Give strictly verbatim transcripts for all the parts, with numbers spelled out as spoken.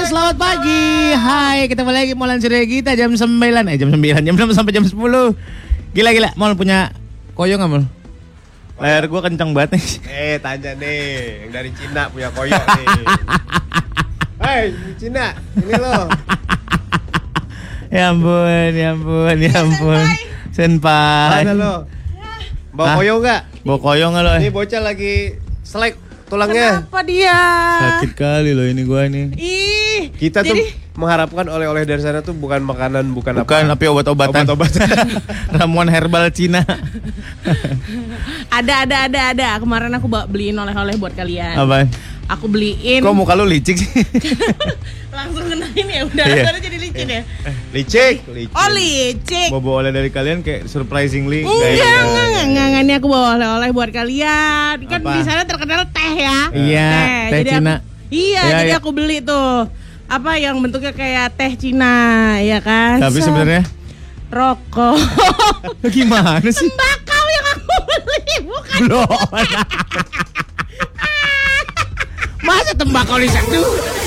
selamat pagi. Hai, kita balik lagi Molan Surya Gita jam sembilan. Eh jam sembilan, jam enam sampai jam sepuluh. Gila-gila, Mol punya koyo gak Mol? Layar gue kencang banget nih. Eh tanya nih, yang dari Cina punya koyo nih. Hei, Cina, ini lo. Ya ampun, ya ampun, ya ampun. Senpai. Mana lo? Bawa koyo gak? Bawa koyo gak lo? Ini bocah lagi selek tulangnya. Kenapa dia? Sakit kali loh ini gua nih. Ih, Kita tuh jadi... mengharapkan oleh-oleh dari sana tuh bukan makanan, bukan, Bukan apa. tapi obat-obatan. Obat-obatan. Ramuan herbal Cina. ada, ada, ada, ada. Kemarin aku bawa beliin oleh-oleh buat kalian. Apaan? Aku beliin. Kok muka lu licik sih? Langsung kenain ya, udah Iya. rasanya jadi licin ya. Licik, licik. Oh licik. Bawa oleh dari kalian kayak surprisingly. Enggak, enggak, enggak, enggak, enggak. Ini aku bawa oleh-oleh buat kalian. Kan Apa? di sana terkenal teh ya. Iya, teh jadi Cina. Aku, iya, Ya, jadi ya. aku beli tuh. Apa yang bentuknya kayak teh Cina, ya kan? Tapi So, sebenarnya rokok. gimana sih? Tembakau yang aku beli, bukan. Belum. Masa tembakau di satu?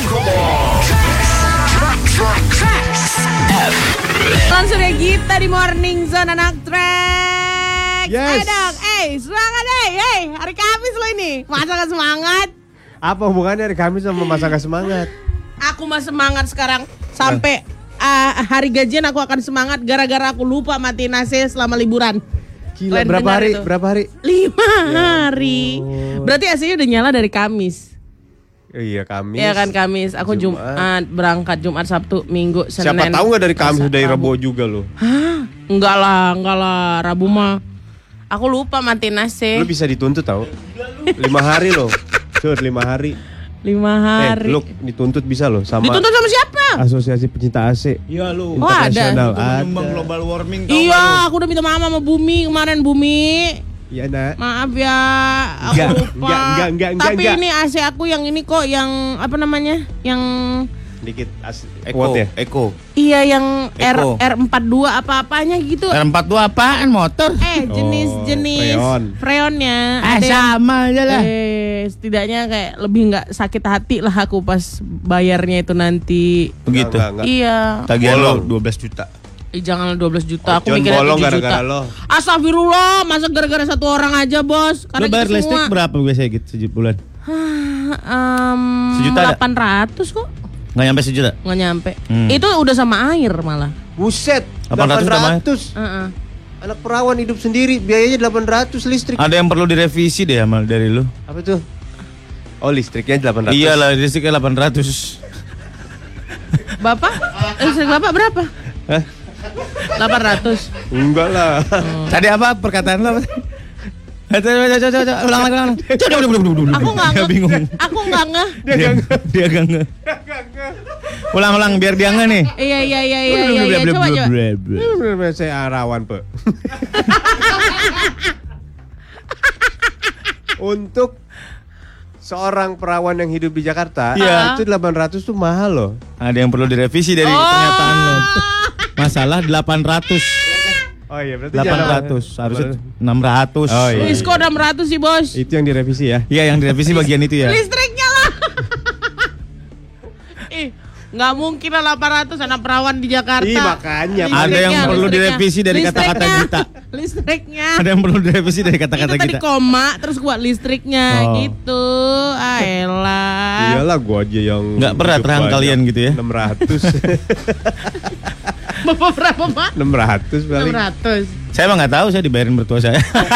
Molan Surya Gita di Morning Zone anak trek. Yes. Ayo dong, eh semangat eh, hey, hari Kamis lo ini. Masa gak semangat? Apa hubungannya hari Kamis sama masa gak semangat? Aku mah semangat sekarang sampai uh, hari gajian aku akan semangat gara-gara aku lupa matiin A C selama liburan. Gila, Kalian berapa dengar hari? itu? Berapa hari? Lima hari. Berarti A C-nya udah nyala dari Kamis. Iya, Kamis. Iya kan Kamis. Aku Jumat. Jumat, berangkat Jumat, Sabtu, Minggu, Senin. Siapa tahu nggak dari Kamis Selasa, dari Rabu. Rabu juga lo? Hah? Enggak lah, enggak lah. Rabu mah. Aku lupa matiin A C. Lu bisa dituntut tau? Lima hari lo. Sur, lima hari. Lima hari. Eh, lu dituntut bisa lo sama Dituntut sama siapa? Asosiasi Pencinta A C. Iya lu. Oh, ada. Internasional. Itu menyumbang Ada. global warming tau Iya, gak lu? aku udah minta maaf sama Bumi kemarin Bumi. Iya, nak. Maaf ya, aku Enggak, lupa. enggak, enggak, enggak, enggak, Tapi enggak. ini A C aku yang ini kok, yang apa namanya? Yang Dikit as Eko, kuat ya. Eko. iya yang R Eko. R empat puluh dua apa-apanya gitu. R empat puluh apaan motor? Eh, jenis-jenis freon. freonnya. Ah, Ada yang- sama aja lah. Eh, setidaknya kayak lebih nggak sakit hati lah aku pas bayarnya itu nanti. Begitu. Enggak, enggak, Iya. Tagihan Bolong. lo dua belas juta. Ih, jangan dua belas juta, aku Ojon mikirnya bolong tujuh juta. gara-gara lo. Astagfirullah, masa gara-gara satu orang aja, Bos? Lo bayar kita listrik semua- berapa biasanya gitu sebulan? Hah, em, Sejuta ada? delapan ratus kok. Nggak nyampe sejuta? Nggak nyampe. Hmm. Itu udah sama air malah. Buset, delapan ratus delapan ratus. Heeh. Anak perawan hidup sendiri, biayanya delapan ratus listrik. Ada yang perlu direvisi deh Amal dari lu. Apa tuh? Oh, listriknya delapan ratus. Iyalah listriknya delapan ratus. Bapak? Listrik Bapak berapa? Hah? delapan ratus. Enggak lah. Tadi apa perkataan lo? Coba coba coba coba ulang lagi ulang. lagi. Coba coba coba coba. Aku nggak Dia ngeh. bingung. Aku nggak ngeh. Dia dia dia gak nge. Ulang ulang biar dia nge nih. Iya iya iya iya iya. iya. Coba coba. Saya arawan, Pe. Untuk seorang perawan yang hidup di Jakarta, Iya. itu delapan ratus tuh mahal loh. Ada yang perlu direvisi dari Oh. pernyataan lo. Masalah delapan ratus. Oh iya, berarti delapan jangan- ratus harusnya enam ratus. Oh, iya. Wis kok enam ratus sih, Bos. Itu yang direvisi ya. Iya yang direvisi bagian itu ya. Listriknya lah. Ih, nggak mungkin lah delapan ratus anak perawan di Jakarta. Ih, makanya. Ada yang Listriknya, perlu listriknya. direvisi dari kata-kata Listriknya. kita. Listriknya. Ada yang perlu direvisi dari kata-kata Itu tadi kita. koma terus buat listriknya Oh. gitu. Ah elah. Iyalah, gua aja yang Nggak berat hidup rahang banyak. kalian gitu ya? enam ratus. Bapak berapa, Pak? enam ratus enam paling. ratus. Saya emang nggak tahu, saya dibayarin mertua saya.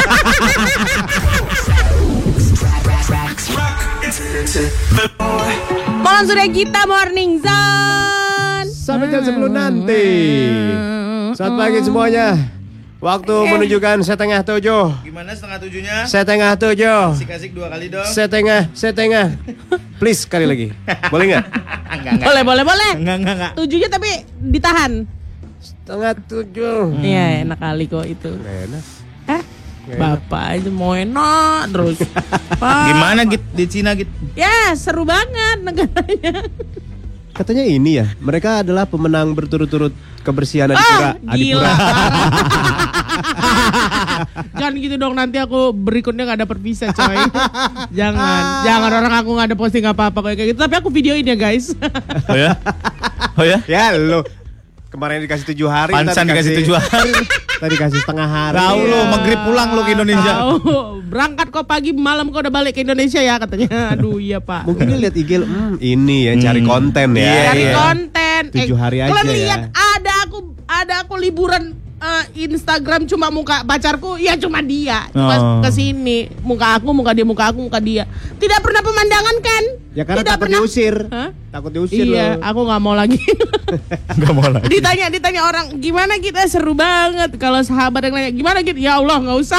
Molan Surya Gita Morning Zone. Sampai jam sepuluh nanti. Selamat pagi semuanya. Waktu menunjukkan setengah tujuh. Gimana setengah tujuhnya? Setengah tujuh. Asik-asik dua kali dong. Setengah, setengah. Please sekali lagi. Boleh nggak? Enggak enggak. Boleh, boleh, boleh. Enggak enggak enggak. Tujuhnya tapi ditahan. Setengah tujuh. Iya, enak kali kok itu. Nggak enak. Eh, Bapak aja mau enak terus. Pak. Gimana Git di Cina Git? Ya, seru banget negaranya. Katanya ini ya, mereka adalah pemenang berturut-turut kebersihan Adipura. Ah, gila. Adipura. Jangan gitu dong, nanti aku berikutnya nggak dapet visa coy. Jangan, jangan orang aku nggak ada posting apa-apa kayak gitu. Tapi aku videoin ya guys. Oh ya? Oh ya? Ya lo kemarin dikasih tujuh hari, Pansan tadi dikasih tujuh hari. Tadi kasih setengah hari. Tahu lo, maghrib pulang lo ke Indonesia. Tahu, berangkat kok pagi, malam kok udah balik ke Indonesia ya katanya. Aduh iya pak. Mungkin dia lihat I G lo, hmm, ini ya cari Hmm. konten ya. Iya, Cari iya. konten. Tujuh hari aja kalian ya. lihat ada aku, ada aku liburan eh, Instagram cuma muka pacarku, ya cuma dia. Cuma Oh. kesini, muka aku, muka dia, muka aku, muka dia. Tidak pernah pemandangan kan? Ya karena Tidak takut pernah. diusir. Hah? Takut diusir Iya, lo. aku nggak mau lagi. Gak mau lagi. ditanya, ditanya orang, gimana kita seru banget. Kalau sahabat yang nanya, gimana gitu? Ya Allah, nggak usah.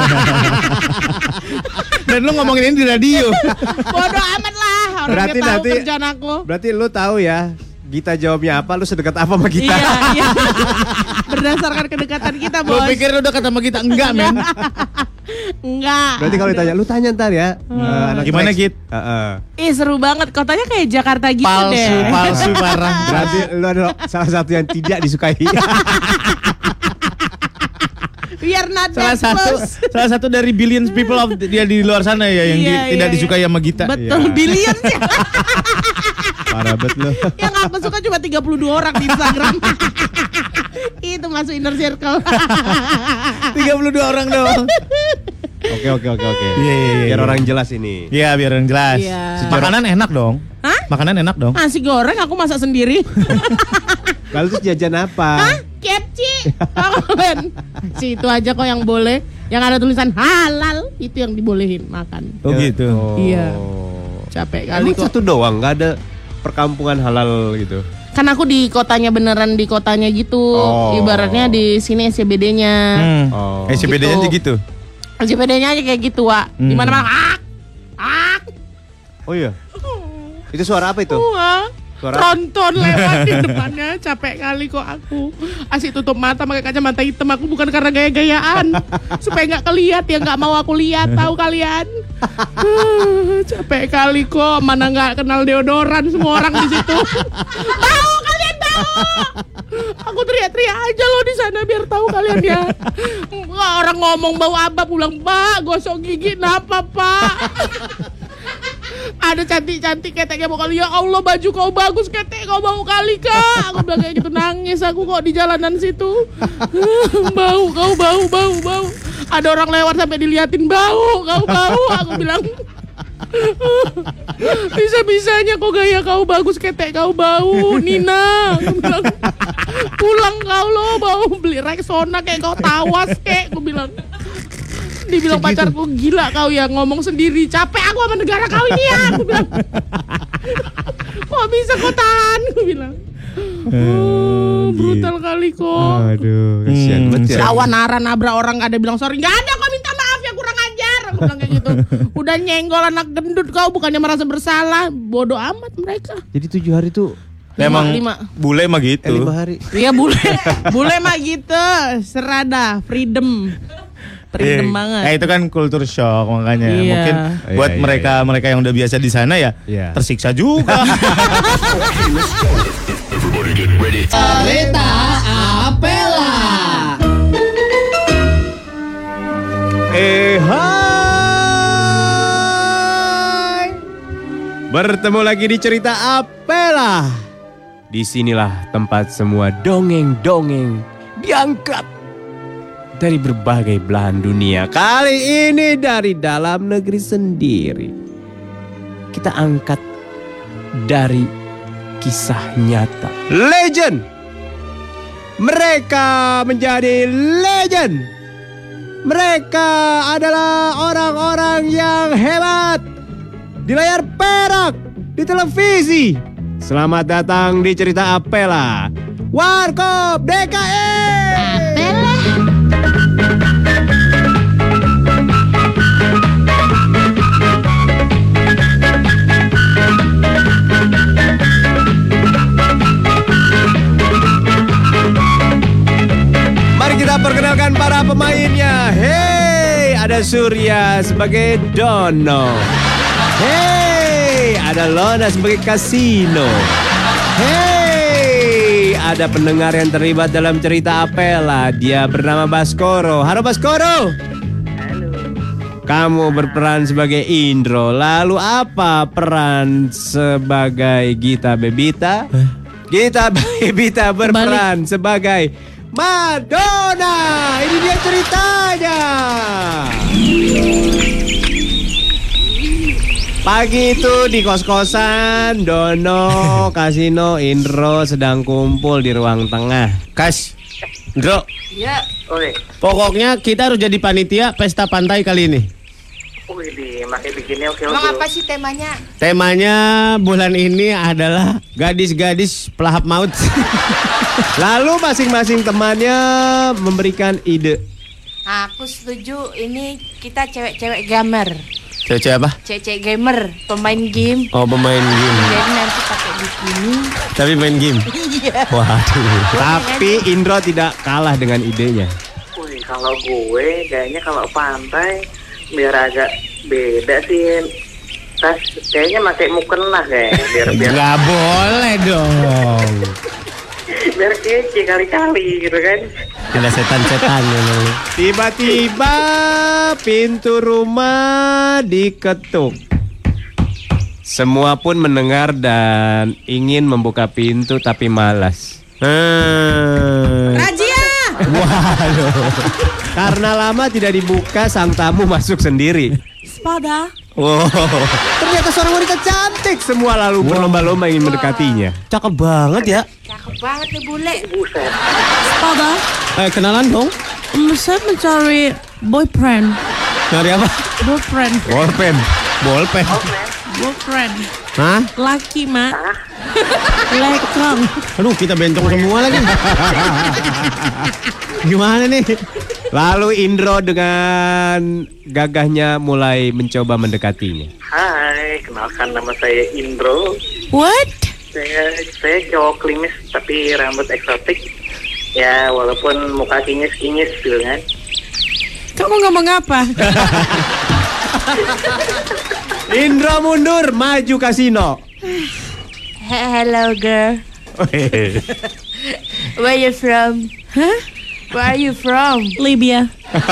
Dan lu ngomongin ini di radio. Bodoh amat lah. Orang Berarti dia tahu nanti- kerjaan aku. Berarti lu tahu ya, Gita jawabnya apa, lu sedekat apa sama Gita? Iya, iya. Berdasarkan kedekatan kita, Lu bos. pikir lu udah ketemu kita? Enggak, men. Enggak. Berarti kalau ditanya, lu tanya ntar ya. Hmm. eh, anak Gimana, Lex. Git? Heeh. Ih seru banget, kotanya kayak Jakarta gitu Palsu, deh. palsu parah. Berarti lu adalah salah satu yang tidak disukai. Biar not Salah that satu close. salah satu dari billions people of dia di luar sana ya yang Iya, di- tidak iya, disukai sama Gita. Betul, Iya. billions ya. Parah bet lu. Yang aku suka cuma tiga puluh dua orang di Instagram. Itu masuk inner circle. tiga puluh dua orang dong. Oke oke oke oke. Iya, iya, iya. Biar orang jelas ini. Iya, biar yang jelas. Iya. Makanan enak dong. Hah? Makanan enak dong. Nasi goreng aku masak sendiri. Lalu terus jajan apa? Hah? Kepci. Kawan. Si itu aja kok yang boleh. Yang ada tulisan halal itu yang dibolehin makan. Oh gitu. Oh. Iya. Capek kali Emang kok. satu doang, nggak ada perkampungan halal gitu. Kan aku di kotanya beneran di kotanya gitu. Oh. Ibaratnya di sini S C B D-nya. Hmm. Oh. S C B D-nya aja gitu. S C B D-nya aja kayak gitu, Wak. Hmm. Di mana-mana ak. Ak. Oh iya. Itu suara apa itu? Wah. Suara? Tronton lewat di depannya. Capek kali kok aku. Asik tutup mata pakai kacamata hitam. Aku bukan karena gaya-gayaan. Supaya nggak keliat ya, nggak mau aku lihat. Tahu kalian? Huh, capek kali kok. Mana nggak kenal deodoran semua orang di situ. Tahu kalian tahu? Aku teriak-teriak aja loh di sana biar tahu kalian ya. Nggak, orang ngomong bau apa pulang, Pak, gosok gigi, napa Pak? Ada cantik-cantik keteknya mau kali, ya Allah baju kau bagus ketek kau bau kali kak. Aku bilang kayak gitu, nangis aku kok di jalanan situ. Bau kau bau bau bau. Ada orang lewat sampai diliatin, bau kau bau. Aku bilang bisa-bisanya kok gaya kau bagus ketek kau bau Nina. Aku bilang pulang kau lo bau beli Rexona kayak kau tawas kek. Aku bilang. Dibilang pacarku, gila kau ya ngomong sendiri, capek aku sama negara kau ini ya. Aku bilang, kok bisa kau tahan? Aku bilang, oh, brutal kali kok. Aduh, kasihan Hmm, banget ya. Lawan Nara nabrak orang ada bilang sorry, nggak ada kau minta maaf ya kurang ajar. Aku bilang kayak gitu. Udah nyenggol anak gendut kau bukannya merasa bersalah, bodoh amat mereka. Jadi tujuh hari tuh Emang lima. bule mah gitu. eh, lima hari. Iya bule, bule mah gitu, serada, freedom. Freedom Eh, banget. eh, itu kan kultur shock makanya. Iya. Mungkin buat Iya, iya, mereka mereka yang udah biasa di sana ya Iya. tersiksa juga. Cerita Apela. Eh hai. Bertemu lagi di Cerita Apela. Disinilah tempat semua dongeng-dongeng diangkat dari berbagai belahan dunia. Kali ini dari dalam negeri sendiri. Kita angkat dari kisah nyata. Legend. Mereka menjadi legend. Mereka adalah orang-orang yang hebat di layar perak, di televisi. Selamat datang di Cerita Apela. Warkop D K I. Apela. Mari kita perkenalkan para pemainnya. Hey, ada Surya sebagai Dono. Hey, ada Lona sebagai Kasino. Hey, ada pendengar yang terlibat dalam cerita Apela. Dia bernama Baskoro. Halo Baskoro. Halo. Kamu berperan sebagai Indro. Lalu apa peran sebagai Gita Bebita? Gita Bebita berperan sebagai Madonna. Ini dia ceritanya. Pagi itu di kos-kosan, Dono, Kasino, Indro sedang kumpul di ruang tengah. Kas, Indro, Ya, oke. pokoknya kita harus jadi panitia pesta pantai kali ini. Wih, di makai bikinnya oke Emang oke. apa sih temanya? Temanya bulan ini adalah gadis-gadis pelahap maut. Lalu masing-masing temannya memberikan ide. Aku setuju, ini kita cewek-cewek gamer. Cewek-cewek apa? Cewek-cewek gamer, pemain game. Oh, pemain game. Jadi nanti pakai bikini. Tapi main game. Iya. Waduh. Tapi Indro tidak kalah dengan idenya. Wih, kalau gue kayaknya kalau pantai biar agak beda sih. Tas kayaknya pakai mukena kayak biar biar Nggak boleh dong. biar kece kali-kali gitu kan. Ada setan-setan memang. Tiba-tiba pintu rumah diketuk. Semua pun mendengar dan ingin membuka pintu tapi malas. Hmm. Razia! Waduh. Karena lama tidak dibuka, sang tamu masuk sendiri. Spada. Wow. Ternyata seorang wanita cantik. Semua lalu berlomba-lomba ingin mendekatinya. Cakep banget ya. Cakep banget nih bule. Buset. Spada. Eh, kenalan dong. Um, saya mencari boyfriend. Nyari apa? Boyfriend. Bolpen. Bolpen. Boyfriend. Hah? Laki, Mak. Lekong. Aduh, kita bencong semua lagi. Gimana nih? Lalu Indro dengan gagahnya mulai mencoba mendekatinya. Hai, kenalkan nama saya Indro. What? Saya saya cowok klimis tapi rambut eksotik. Ya, walaupun muka kinyis-kinyis gitu kan. Kamu ngomong apa? Indro mundur, maju Kasino. Hello, girl. Where you from? Huh? Where are you from? Libya.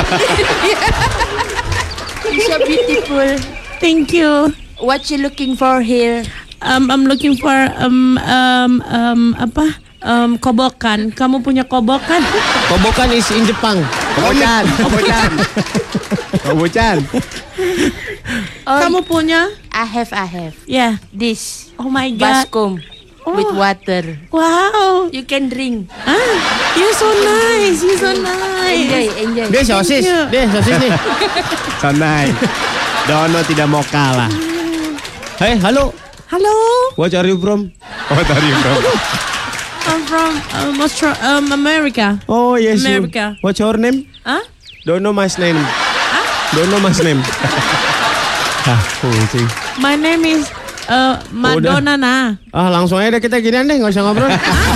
You're so beautiful. Thank you. What you looking for here? Um, I'm looking for um um um apa? Um, kobokan. Kamu punya kobokan? Kobokan is in Jepang. Kobocan, Kobocan. Kobocan. Oh, kamu punya? I have, I have. Yeah. This. Oh my God. Baskom. With water. Wow. You can drink. Ah, you're so nice. You're so nice. Enjoy, enjoy. Deh, sosis. Deh, sosis nih. Sonai. Dono tidak mau kalah. Hey, halo. Hello. What are you from? What are you from? I'm from um, Austra- um, America. Oh, yes. you. America. What's your name? Huh? Don't know my name. Don't know my name. Ah, kucing. My name is uh, Madonna na. Ah, langsung aja deh kita ginian deh, nggak usah ngobrol.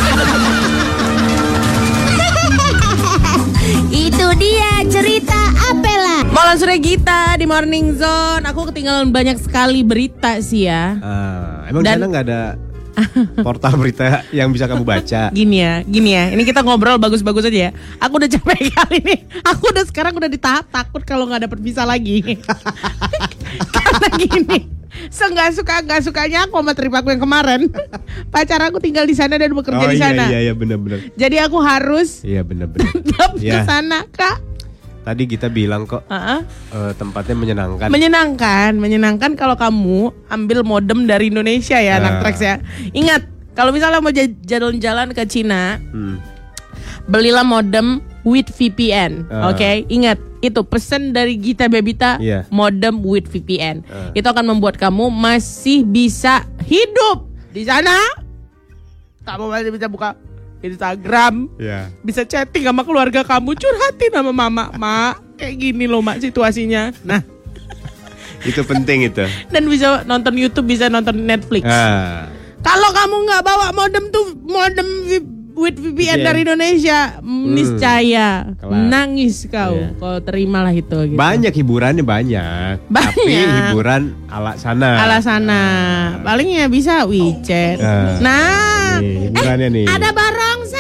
Itu dia cerita Apela. Malam sore Gita di Morning Zone. Aku ketinggalan banyak sekali berita sih ya. Ah, emang Dan- di sana nggak ada portal berita yang bisa kamu baca? Gini ya, gini ya. Ini kita ngobrol bagus-bagus aja ya. Aku udah capek kali nih. Aku udah sekarang udah di tahap takut kalau nggak dapet visa lagi. Karena gini, seenggak suka nggak sukanya aku sama trip aku yang kemarin. Pacar aku tinggal di sana dan bekerja Oh di iya sana. iya iya benar-benar. Jadi aku harus Iya benar-benar. tetap ke Iya. sana, Kak. Tadi kita bilang kok Heeh. eh, tempatnya menyenangkan. Menyenangkan, menyenangkan kalau kamu ambil modem dari Indonesia ya, anak Ah. Trax ya. Ingat, kalau misalnya mau j- jalan-jalan ke Cina, Hmm. belilah modem with V P N. Ah. Oke, ingat itu pesan dari Gita Bebita, Iya. modem with V P N. Ah. Itu akan membuat kamu masih bisa hidup di sana. Kamu masih bisa buka Instagram, Iya. bisa chatting sama keluarga kamu, curhatin sama mama, mak kayak gini loh mak situasinya. Nah, Itu penting itu. dan bisa nonton YouTube, bisa nonton Netflix. Ah. Kalau kamu nggak bawa modem tuh modem vi- with V P N V P N. dari Indonesia, niscaya kelar. nangis kau. Iya. Kau terimalah itu. Gitu. Banyak hiburannya banyak. Banyak. Tapi hiburan ala sana. Ala sana, paling ya bisa WeChat. Ah. Nah, Nih, hiburannya nih. ada barongsai.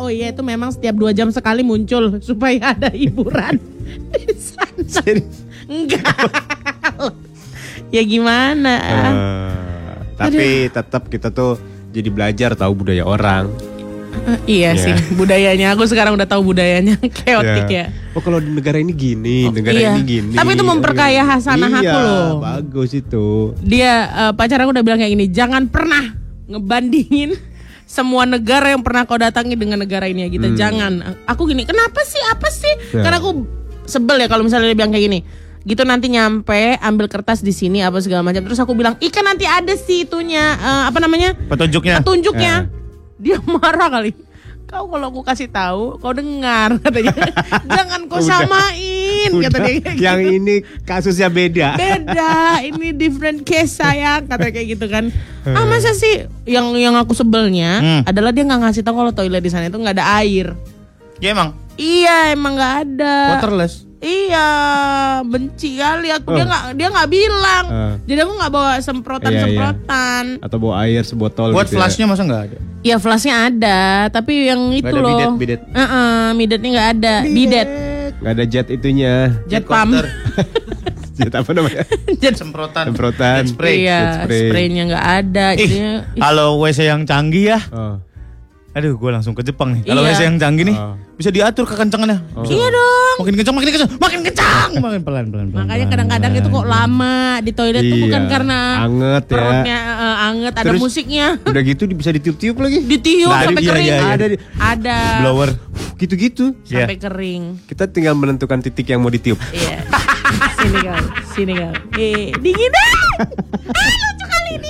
Oh iya itu memang setiap dua jam sekali muncul supaya ada hiburan di sana. Enggak. Ya gimana? Uh, tapi tetap kita tuh jadi belajar tahu budaya orang. Uh, iya yeah. sih budayanya. Aku sekarang udah tahu budayanya keotik yeah. ya. Oh kalau di negara ini gini, oh, negara iya. ini gini. Tapi itu memperkaya hasanah iya, aku loh. Bagus itu. Dia uh, pacar aku udah bilang kayak gini, jangan pernah ngebandingin semua negara yang pernah kau datangi dengan negara ini ya kita hmm. jangan. Aku gini, kenapa sih? Apa sih? Ya. Karena aku sebel ya kalau misalnya dia bilang kayak gini. Gitu nanti nyampe ambil kertas di sini apa segala macam. Terus aku bilang, "Ikan nanti ada sih itunya uh, apa namanya? Petunjuknya." Petunjuknya. Ya. Dia marah kali. Kau kalau aku kasih tahu, kau dengar katanya. Jangan kau udah, samain udah, kata dia kayak yang gitu. ini kasusnya beda. Beda, ini different case sayang kata kayak gitu kan. Ah masa sih yang yang aku sebelnya hmm. adalah dia nggak ngasih tahu kalau toilet di sana itu nggak ada air. Ya emang. Iya emang nggak ada. Waterless. Iya, benci kali aku. Oh. Dia nggak dia nggak bilang. Uh. Jadi aku nggak bawa semprotan-semprotan. Iya, iya. Atau bawa air sebotol. Buat gitu flashnya ya. masa nggak ada? Ya flashnya ada, tapi yang itu ada loh. bidet, bidet. Uh-uh, bidetnya nggak ada. Bidet. Gak ada jet itunya. Jet pump. Jet apa namanya? Jet semprotan. Semprotan. Jet spray. Iya, Jet spray. spraynya nggak ada. Ih, Jadinya, ih. kalau W C yang canggih ya. Oh. Aduh, gue langsung ke Jepang nih. Kalau Iya. W C yang canggih nih, Oh. bisa diatur kekencangannya. Oh. Bisa. Iya dong. Makin kencang, makin kencang, makin kencang, makin pelan, pelan, pelan. Makanya pelan, kadang-kadang pelan. itu kok lama di toilet tuh Iya, bukan karena anget ya. perutnya uh, anget, ada Terus musiknya. Udah gitu bisa ditiup-tiup lagi. Ditiup Nah, sampai iya, kering. iya, iya. Ada di- Ada. Blower. Gitu-gitu. Sampai Iya. kering. Kita tinggal menentukan titik yang mau ditiup. Iya. Sini kau, sini kau. Eh, dingin deh. Ah, lucu kali ini.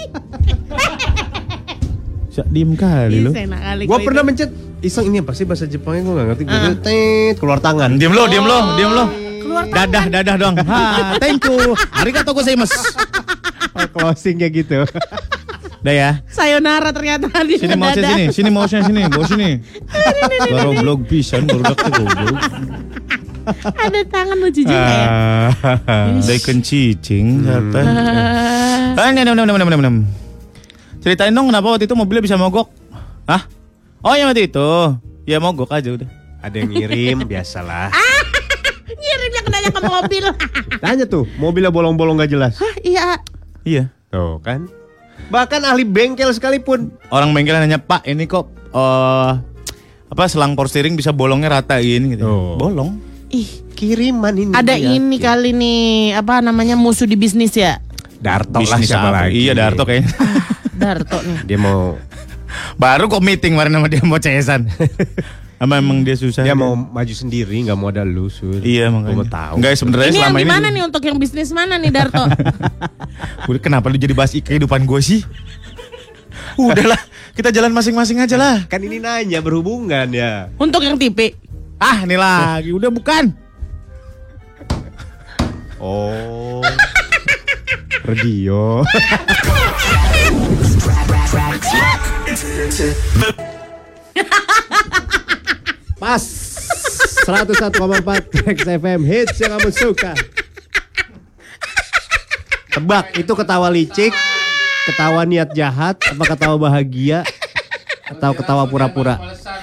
Siap diem kali Ih, lo. enak kali Gua kau pernah itu. mencet iseng ini apa sih bahasa Jepangnya gue gak ngerti. Gue Uh. tet keluar tangan. Diem lo, diem lo, diem lo. Keluar Dadah, dadah dong. Ha, thank you. Arigatou gozaimasu. Oh, closingnya gitu. Udah ya. Sayonara ternyata di Sini mau dada. sini, sini mau sini, bawa sini. Baru blog pisan, baru dak goblok. Ada tangan lucu juga ya. Dari kencicing, siapa? Ah, nem nem nem nem nem nem. Ceritain dong kenapa waktu itu mobilnya bisa mogok? Hah? Oh yang waktu itu, ya mogok aja udah. Ada yang ngirim, biasalah. Ngirimnya kenanya ke mobil. Tanya tuh, mobilnya bolong-bolong gak jelas. Hah, iya. Iya. Tuh kan. Bahkan ahli bengkel sekalipun. Orang bengkel nanya, Pak ini kok uh, apa selang power steering bisa bolongnya ratain gitu. Oh. Bolong. Ih, Kiriman ini. ada dia. ini kali nih, apa namanya musuh di bisnis ya? Darto lah Bisnis siapa apa? lagi. Iya Darto kayaknya. Darto nih. Dia mau Baru kok meeting kemarin sama dia mau C S-an. Sama emang dia susah. dia mau maju sendiri, nggak mau ada lu, Sur. Iya makanya. Gua mau tahu. Enggak sebenarnya Ini yang selama ini. gimana nih untuk yang bisnis mana nih Darto? Udah kenapa lu jadi bahas kehidupan gue sih? Udahlah, kita jalan masing-masing aja lah. Kan ini nanya berhubungan ya. Untuk yang tipe. Ah, ini lagi. Udah bukan. Oh. Radio. Pas seratus satu koma empat Trax F M hits yang kamu suka. Tebak, itu ketawa licik, ketawa niat jahat, apa ketawa bahagia, atau ketawa pura-pura?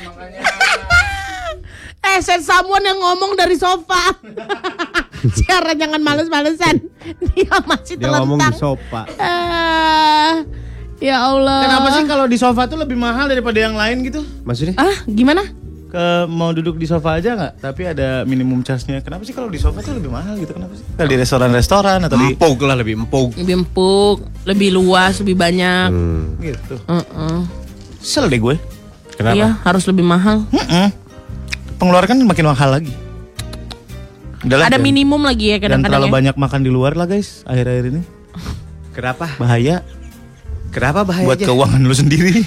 Eh, send someone yang ngomong dari sofa. Cara jangan males-malesan. Dia masih Dia terlentang. ngomong di sofa. Eh, ya Allah. Kenapa sih kalau di sofa tuh lebih mahal daripada yang lain gitu? Maksudnya? Ah, gimana? Ke mau duduk di sofa aja nggak? Tapi ada minimum charge-nya. Kenapa sih kalau di sofa tuh lebih mahal gitu? Kenapa sih? Kalau di restoran-restoran atau di Empuk lah, lebih empuk. Lebih empuk, lebih luas, lebih banyak. Hmm. gitu. Uh-uh. Kesel deh gue. Kenapa? Iya, harus lebih mahal. Mm-mm. Pengeluaran makin mahal lagi. Udahlah, Ada jangan- minimum lagi ya Dan kadang-kadang terlalu ya. banyak makan di luar lah guys. Akhir-akhir ini Kenapa? bahaya Kenapa bahaya buat keuangan lu sendiri.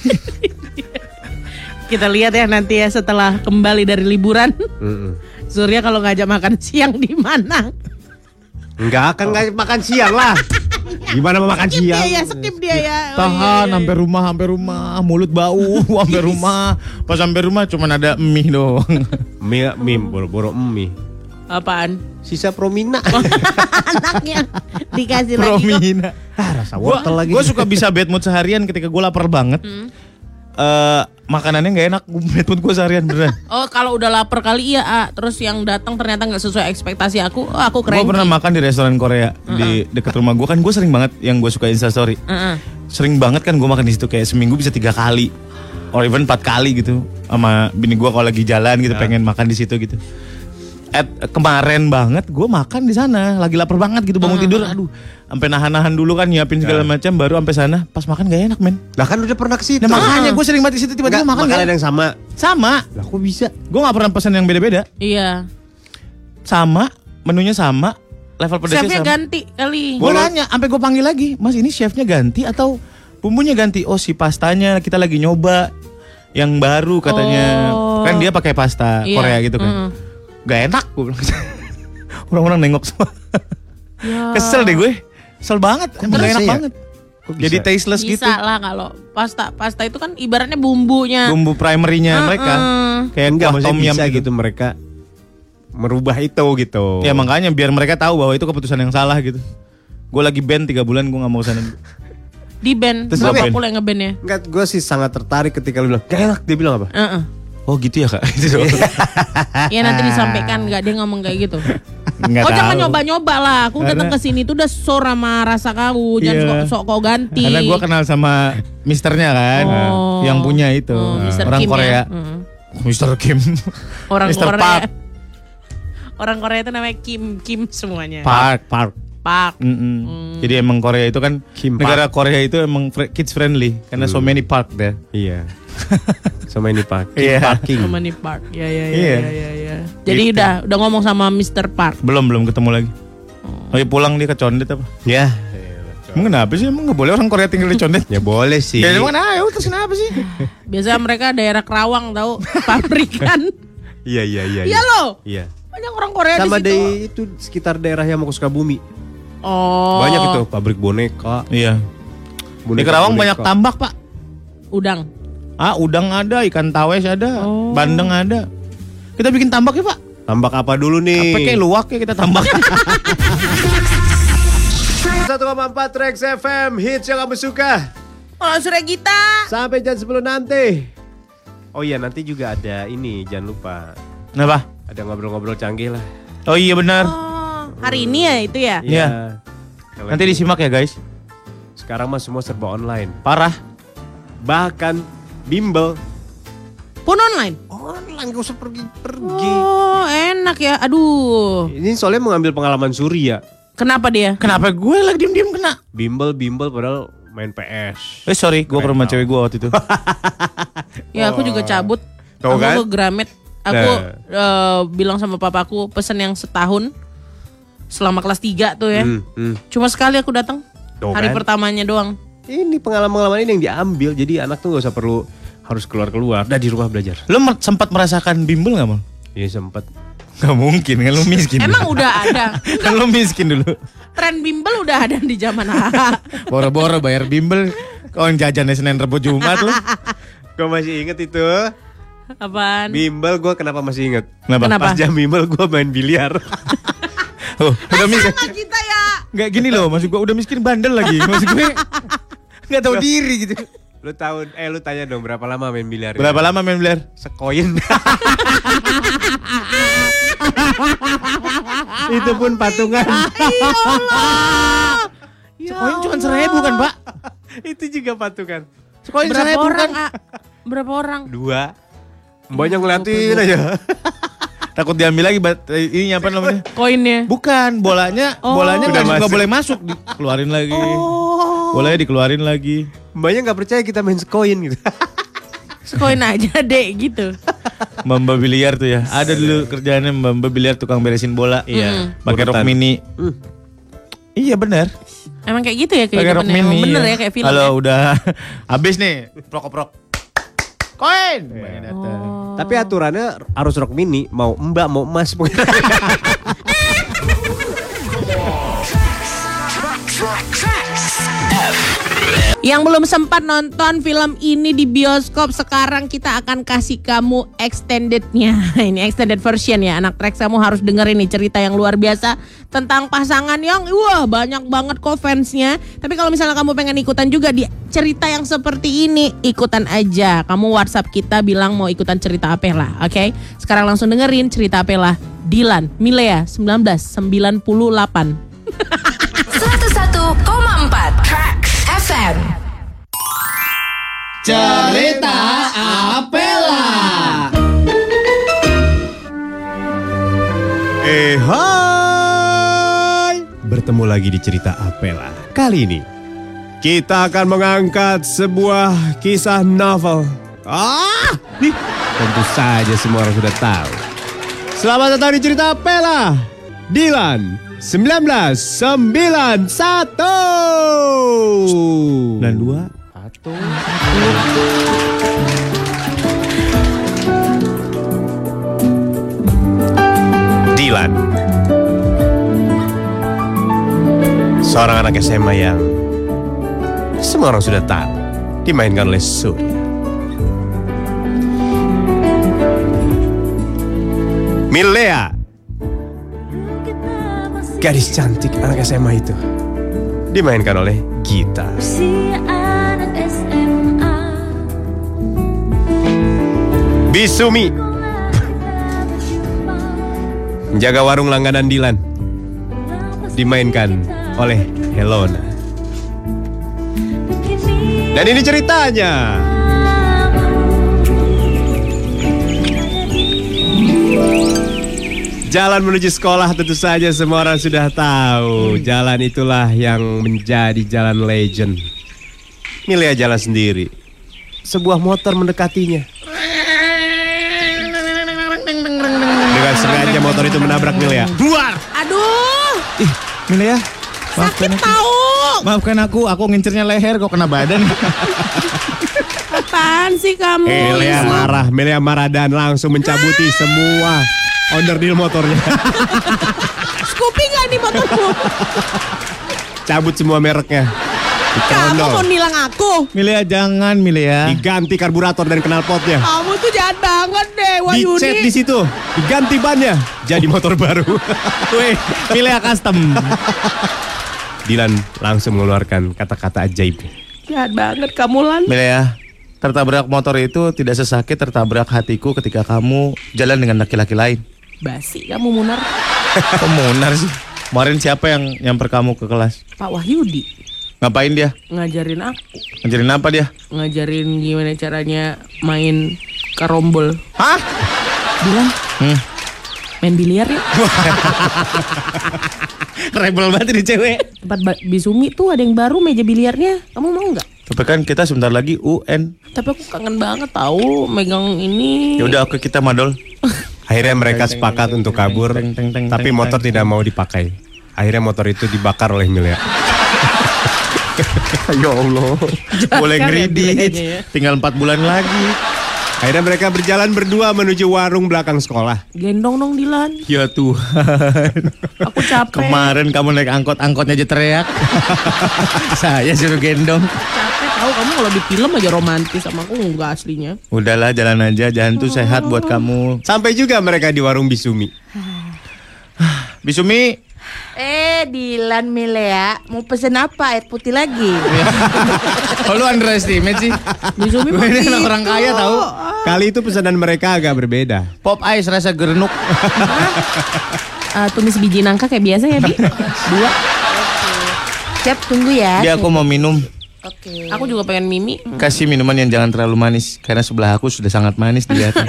Kita lihat ya nanti ya setelah kembali dari liburan. Mm-mm. Surya kalau ngajak makan siang di mana? Enggak akan nggak makan siang lah. Gimana mau makan Skip siang? dia ya, skip dia ya. Oh, Tahan iya, iya, sampai rumah, sampai rumah, mulut bau sampai rumah. Pas sampai rumah cuman ada mie doang. Mie, mie, boro-boro mie. Apaan? Sisa Promina. Anaknya dikasih lagi kok. Promina. Ah, rasa Gua, wortel lagi. gua suka bisa bad mood seharian ketika gue lapar banget. Hmm. Eh, makanannya nggak enak, bad mood gue seharian beneran. Oh kalau udah lapar kali iya, A. Terus yang datang ternyata nggak sesuai ekspektasi aku, oh aku Gue cranky. pernah makan di restoran Korea Uh-uh. di dekat rumah gue kan, gue sering banget yang gue suka Instastory. Uh-uh. Sering banget kan gue makan di situ kayak seminggu bisa tiga kali, or even empat kali gitu. Sama bini gue kalau lagi jalan gitu pengen makan di situ gitu. At, kemarin banget gue makan di sana, lagi lapar banget gitu bangun tidur, aduh, sampai nahan-nahan dulu kan nyiapin segala macam, baru sampai sana pas makan gak enak men. Lah kan udah pernah ke situ. Nah makanya gue sering banget di situ tiba-tiba makan makanan gak yang sama. sama. Lah kok bisa? Gue nggak pernah pesan yang beda-beda, Iya. sama menunya sama, level pedasnya Chefnya sama. ganti kali. Gue nanya, sampai gue panggil lagi, Mas ini chefnya ganti atau bumbunya ganti? Oh si pastanya kita lagi nyoba yang baru katanya, Oh. kan dia pakai pasta Iya. Korea gitu kan, Mm. gak enak gue bilang. Orang-orang nengok semua. Ya. Kesel deh gue. Kesel banget. Emang gak bisa enak ya? banget. Kok Jadi bisa? tasteless Bisa gitu. lah kalau pasta pasta itu kan ibaratnya bumbunya. Bumbu primernya Uh-uh. mereka. Kayak Enggak, kuah maksudnya tom yum bisa gitu. gitu mereka merubah itu gitu. Ya makanya biar mereka tahu bahwa itu keputusan yang salah gitu. Gue lagi band tiga bulan gue gak mau kesana. Di band. Terus Bapak ngapain? pula yang ngeband ya. Enggak, gue sih sangat tertarik ketika lu bilang gak enak. Dia bilang apa? Heeh. Oh gitu ya kak. Itu doang. Ya nanti disampaikan nggak dia ngomong kayak gitu. Nggak Kau tahu. jangan nyoba-nyoba lah. Aku Karena- datang ke sini tuh udah sora sama rasa kau. Jangan Iya. sok, sok kau ganti. Karena gue kenal sama misternya kan, Oh. yang punya itu Oh, mister orang Kim Korea. ya? Mm. mister Kim. Orang mister Korea. Park. Orang Korea itu namanya Kim Kim semuanya. Park, Park. Park. Mm-mm. Jadi emang Korea itu kan Kim negara Korea itu emang fr- kids friendly karena so many park there. Iya. Sama ini Pak. Iya. Parking. Sama nih Park. Ya ya ya Iya. ya ya. ya. Jadi Gitu. udah udah ngomong sama mister Park. Belum belum ketemu lagi. Oh iya pulang dia ke Condet apa? Ya. Emang kenapa sih? Emang gak boleh orang Korea tinggal di Condet? Ya boleh sih. Ya emang kenapa? Ya terus kenapa sih? Biasanya mereka daerah Kerawang tahu pabrikan. Iya iya iya. Iya loh. Iya. Banyak orang Korea Sama di situ. di itu sekitar daerah yang mau ke Sukabumi. Oh. Banyak itu pabrik boneka. Iya. Di boneka- Kerawang boneka. banyak tambak pak. Udang. Ah udang ada, ikan tawes ada, Oh. bandeng ada. Kita bikin tambak ya pak. Tambak apa dulu nih? Apa kayak luwak ya kita tambak. satu koma empat Trax F M hits yang kamu suka. Oh, Surya Gita. Sampai jam sepuluh nanti. Oh iya nanti juga ada ini jangan lupa. Kenapa? Ada ngobrol-ngobrol canggih lah. Oh iya benar. Oh, hari ini ya itu ya. Iya. Kalau Nanti disimak ya guys. sekarang mah semua serba online. Parah. Bahkan bimbel Pun online. online gak usah pergi-pergi. Oh, enak ya. Aduh. Ini soalnya mengambil pengalaman Surya. Kenapa dia? Kenapa gue lagi diem-diem kena? Bimbel-bimbel padahal main P S. Eh sorry, gue Keren pernah tau. cewek gue waktu itu. Ya aku juga cabut. Tuh aku kan? ke Gramet. Aku Nah. eh, bilang sama papaku pesen yang setahun selama kelas tiga tuh ya. Hmm, hmm. Cuma sekali aku datang. Tuh Hari kan? pertamanya doang. Ini pengalaman-pengalaman ini yang diambil. Jadi anak tuh gak usah perlu harus keluar-keluar. Udah di rumah belajar. Lo mer- sempat merasakan bimbel gak mal? Iya sempet. Gak mungkin, kan lo miskin. Emang udah ada. Kan lo miskin dulu. Tren bimbel udah ada di zaman A A. Boro-boro bayar bimbel. Kawan jajannya Senin Rebo Jumat lo. Gue masih inget itu. Apaan? Bimbel gue kenapa masih inget? Kenapa? Kenapa? Pas jam bimbel gue main biliar. Oh, udah miskin. Sama kita ya. Gak gini loh, maksud gue udah miskin bandel lagi. Maksud gue gak tahu diri gitu. Lu tahu eh lu tanya dong berapa lama main biliar? Berapa lama main biliar? Sekoin. Itu pun patungan. Ya Allah. Ya Koin cuma Allah. seribu kan pak? Itu juga patungan. Koin Berapa seribu orang, kan? A? Berapa orang? Dua. Banyak ngeliatin aja. Takut diambil lagi bat, ini apa namanya? Koinnya. Bukan, bolanya Oh. bolanya Udah nggak masuk. boleh masuk, dikeluarin lagi. Oh. Bolanya dikeluarin lagi. Mbaknya nggak percaya kita main sekoin gitu. Koin aja deh gitu. Mbak biliar tuh ya. Ada dulu kerjaannya mbak biliar tukang beresin bola. Iya. Pakai rok Urutan. mini. Hmm. Iya benar. Emang kayak gitu ya Pakai rok kehidupannya. mini. Emang bener iya. ya kayak film. Kalau ya? udah habis nih, prok-prok. Koin. Mbaknya datang. Oh. Tapi aturannya harus rok mini, mau mbak mau emas. Yang belum sempat nonton film ini di bioskop, sekarang kita akan kasih kamu extendednya. Ini extended version ya. Anak Trax, kamu harus dengerin nih cerita yang luar biasa tentang pasangan yang wah banyak banget kok fansnya. Tapi kalau misalnya kamu pengen ikutan juga di cerita yang seperti ini, ikutan aja. Kamu WhatsApp kita bilang mau ikutan cerita Apela, oke? Okay? Sekarang langsung dengerin cerita Apela. Dilan, Milea, seribu sembilan ratus sembilan puluh delapan. seratus satu koma empat Trax F M. Cerita Apela. Eh hai, bertemu lagi di cerita Apela. Kali ini kita akan mengangkat sebuah kisah novel. Ah, nih, tentu saja semua orang sudah tahu. Selamat datang di cerita Apela. Dilan, seribu sembilan ratus sembilan puluh satu. sembilan dua. Dilan, seorang anak S M A yang semua orang sudah tahu, dimainkan oleh Surya. Milea, gadis cantik anak S M A itu, dimainkan oleh Gita. Bisumi, menjaga warung langganan Dilan, dimainkan oleh Helona. Dan ini ceritanya. Jalan menuju sekolah tentu saja semua orang sudah tahu. Jalan itulah yang menjadi jalan legend. Milea jalan sendiri. Sebuah motor mendekatinya. Dengan sengaja motor itu menabrak Milea. Buar. Aduh, Ih, Milea, sakit tahu. maafkan aku, aku ngincernya leher kok kena badan. Apaan sih kamu? Milea marah, Milea marah dan langsung mencabuti semua onderdil motornya. Scoopy gak nih motorku? Cabut semua mereknya. Kamu mau nilang aku? Milea jangan, Milea. Diganti karburator dan knalpotnya. Kamu tuh jahat banget deh, Wahyuni. Dicet di situ, diganti bannya, jadi motor baru. Weh, Milea custom. Dilan langsung mengeluarkan kata-kata ajaib. Jahat banget kamu, Lan. Milea, tertabrak motor itu tidak sesakit tertabrak hatiku ketika kamu jalan dengan laki-laki lain. Basi kamu, Munar. Kok Munar sih? Kemarin siapa yang nyamper kamu ke kelas? Pak Wahyudi Ngapain dia? ngajarin aku, Ngajarin apa dia? ngajarin gimana caranya main karombol. Hah? Bilang Hmm. main biliar ya. Rebel banget ini cewek. Tempat ba- Bisumi tuh ada yang baru meja biliarnya. Kamu mau nggak? Tapi kan kita sebentar lagi U N. Tapi aku kangen banget tahu megang ini. Ya udah, oke kita madol. Akhirnya mereka sepakat untuk kabur, tapi motor tidak mau dipakai. Akhirnya motor itu dibakar oleh Milea. Ya Allah. Boleh Kan ya ngeridit. bilangnya ya. Tinggal empat bulan lagi. Akhirnya mereka berjalan berdua menuju warung belakang sekolah. Gendong dong Dilan. Ya Tuhan. Aku capek. Kemarin kamu naik angkot, angkotnya aja teriak. Saya suruh gendong. Capek tahu kamu kalau di film aja romantis sama aku enggak aslinya. Udahlah, jalan aja. Jalan tuh sehat buat kamu. Sampai juga mereka di warung Bisumi. Bisumi. Eh, Dilan, Milea, mau pesen apa? Air putih lagi? Oh, lu underestimate sih. Bisumi Gue ini anak orang kaya tahu. Kali itu pesanan mereka agak berbeda. Pop ice rasa gerenuk. Uh, tumis biji nangka kayak biasa ya, Bi. Dua. Siap, tunggu ya. Dia aku mau minum. Oke. Aku juga pengen mimi. Kasih minuman yang jangan terlalu manis. Karena sebelah aku sudah sangat manis dilihatnya.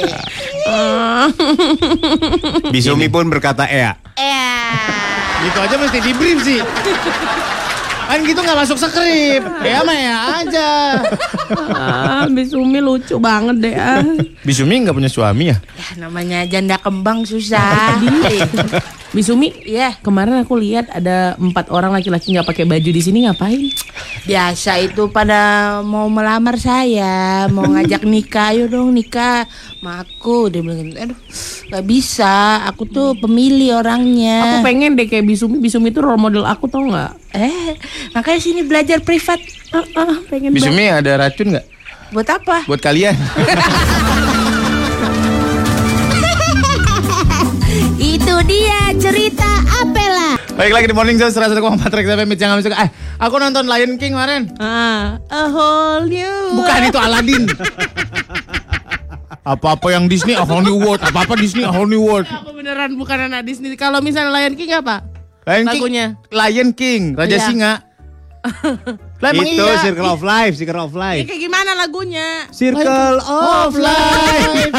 Bisumi pun berkata Ea. Eh, Gitu aja mesti di brief sih. Kan gitu gak masuk skrip. Ya mah ya aja. Ah, Bisumi lucu banget deh. Ah. Bisumi gak punya suami ya? ya namanya janda kembang susah. Bisumi, Iya. kemarin aku lihat ada empat orang laki-laki nggak pakai baju di sini, ngapain? Biasa itu pada mau melamar saya, mau ngajak nikah, ayo dong nikah sama aku. Dia bilang, aduh gak bisa, aku tuh pemilih orangnya. Aku pengen deh kayak Bisumi. Bisumi itu role model aku, tau nggak? Eh, makanya sini belajar privat. Ah, ah, pengen Bisumi ada racun nggak? Buat apa? Buat kalian. Itu dia cerita Apela. Baik lagi di Morning Show seratus satu koma empat Trax F M. Jangan suka. Eh, aku nonton Lion King kemarin. Ah, a whole new. Bukan, itu Aladdin. Apa-apa yang Disney a whole new world. Apa-apa Disney a whole new world. Aku beneran bukan anak Disney. Kalau misalnya Lion King apa? Lion King, Lagunya. Lion King, Raja Iya. Singa. Lah emang Itu iya. Circle of Life, Circle of Ini Life. kayak gimana lagunya? Circle of Life.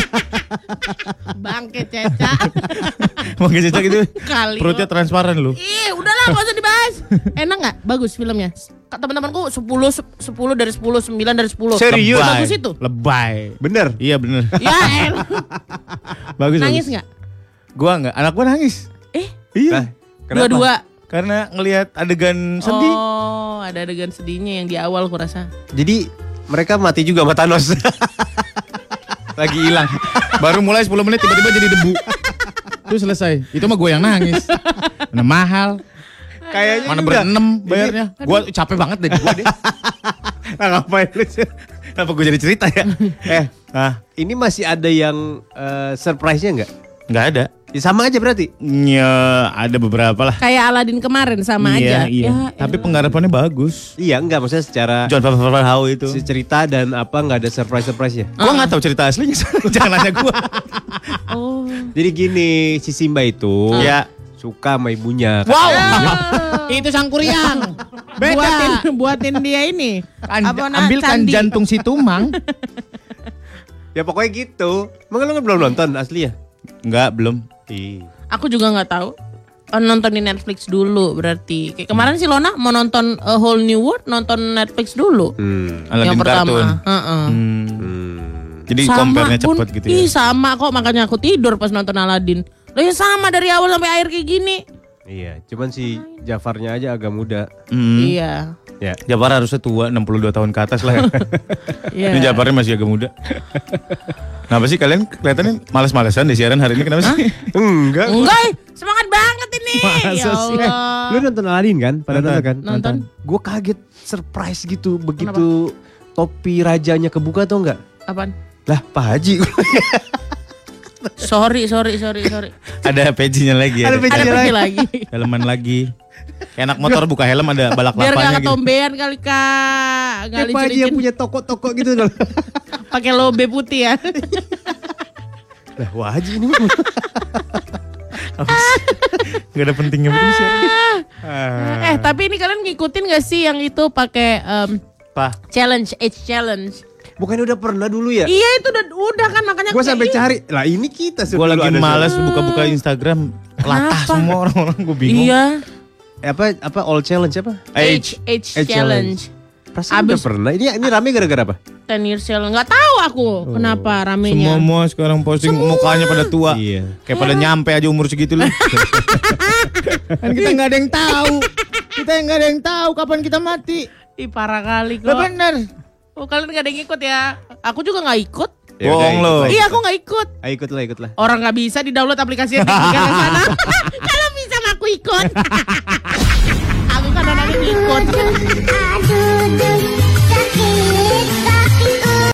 Bangke Ceca. Mungkin cecak itu Kali perutnya lo. transparan lu. Ih, udahlah gak usah dibahas. Enak gak? Bagus filmnya. Kak teman-temanku sepuluh sepuluh dari sepuluh, sembilan dari sepuluh. Serius? Lebay. Bagus itu. Lebay. Bener. Iya bener. Ya elah. Bagus. Nangis bagus. gak? Gua enggak. Anak gua nangis. Eh, Iya. Lah, kenapa? dua-dua. Karena ngelihat adegan sedih. Oh, ada adegan sedihnya yang di awal kurasa. Jadi mereka mati juga sama Thanos. Lagi hilang. Baru mulai sepuluh menit tiba-tiba jadi debu. Terus selesai. Itu mah gue yang nangis. Mana mahal. Kayaknya Mana juga. berenam bayarnya. Gue capek banget deh gue deh. Nah, ngapain lu? Kenapa gue jadi cerita ya? Eh, Ah, ini masih ada yang eh, surprise-nya nggak? nggak ada. Ya, sama aja berarti. Ya, ada beberapa lah. Kayak Aladdin kemarin sama iya, aja. Iya. Ya, Tapi elah. penggarapannya bagus. Iya, enggak maksudnya secara John Favreau itu. si cerita dan apa nggak ada surprise-surprise-nya. Gue nggak tahu cerita aslinya. Jangan nanya gue. Oh. Jadi gini, si Simba itu Ya. suka sama ibunya. Wow. Itu sang kuryang. Buatin, buatin dia ini. Kan, Apa, nah, ambilkan candi. jantung si Tumang. Ya pokoknya gitu. Emang lu nggak belum nonton asli ya? Enggak, belum. Ih. Aku juga nggak tahu. Oh, nonton di Netflix dulu berarti. Kayak kemarin si Lona mau nonton A Whole New World, nonton Netflix dulu. Hmm. Aladdin yang pertama. kartun. Heeh. Hmm. Hmm. Jadi Sama compare-nya pun, cepet gitu ya. Ih, sama kok, makanya aku tidur pas nonton Aladdin. Lah ya sama dari awal sampai akhir kayak gini. Iya, cuman si Jafarnya aja agak muda. Hmm. Iya. Ya. Jafar harusnya tua enam puluh dua tahun ke atas lah. Iya. Ini Jafarnya masih agak muda. Kenapa sih kalian kelihatannya malas-malasan di siaran hari ini? Kenapa sih? Enggak. Enggak, eh, semangat banget ini. Masa Ya sih? Allah. Lu nonton Aladdin kan? Pada Nonton. nonton kan? Nonton. Gue kaget, surprise gitu begitu topi rajanya kebuka tau nggak? Apaan? Lah, Pak Haji. Sorry, sorry, sorry, sorry. Ada pecinya lagi. Ada peci. Ada lagi. pergi lagi. Helman lagi. Kayak anak motor buka helm ada balak Biar gak lapanya gitu. ketombean kali Kak. Gak Kayak Pak Haji yang punya toko-toko gitu. Lah, pakai lobe putih ya. Wah Haji ini mah. Gak ada pentingnya betul sih. Eh, tapi ini kalian ngikutin gak sih yang itu pakai em, Apa? challenge, age challenge? Bukannya udah pernah dulu ya? Iya itu udah, udah kan makanya Gue aku sampai kayak, cari. Lah ini kita Gue lagi malas buka-buka Instagram. Latah Kenapa? semua orang-orang, gue bingung. Iya, Apa apa all challenge apa? age, age, Age challenge. Perasaan udah Abis- pernah. Ini ini rame gara-gara apa? ten years challenge. Gak tahu aku kenapa Semua ramenya. mau sekarang posting mukanya pada tua. Iya. Kayak pada nyampe aja umur segitu loh. Kan kita nggak ada yang tahu. Kita nggak ada yang tahu kapan kita mati. Ih parah kali Lah kok. bener. Oh, kalian gak ada yang ikut ya? Aku juga gak ikut. Ya Bohong udah, lo. ikut. Iya aku gak ikut. Ayo ikutlah, ikutlah. Orang gak bisa di-download aplikasi yang tinggal ke sana. Kalau bisa mah aku ikut. Aku kan orangnya ikut.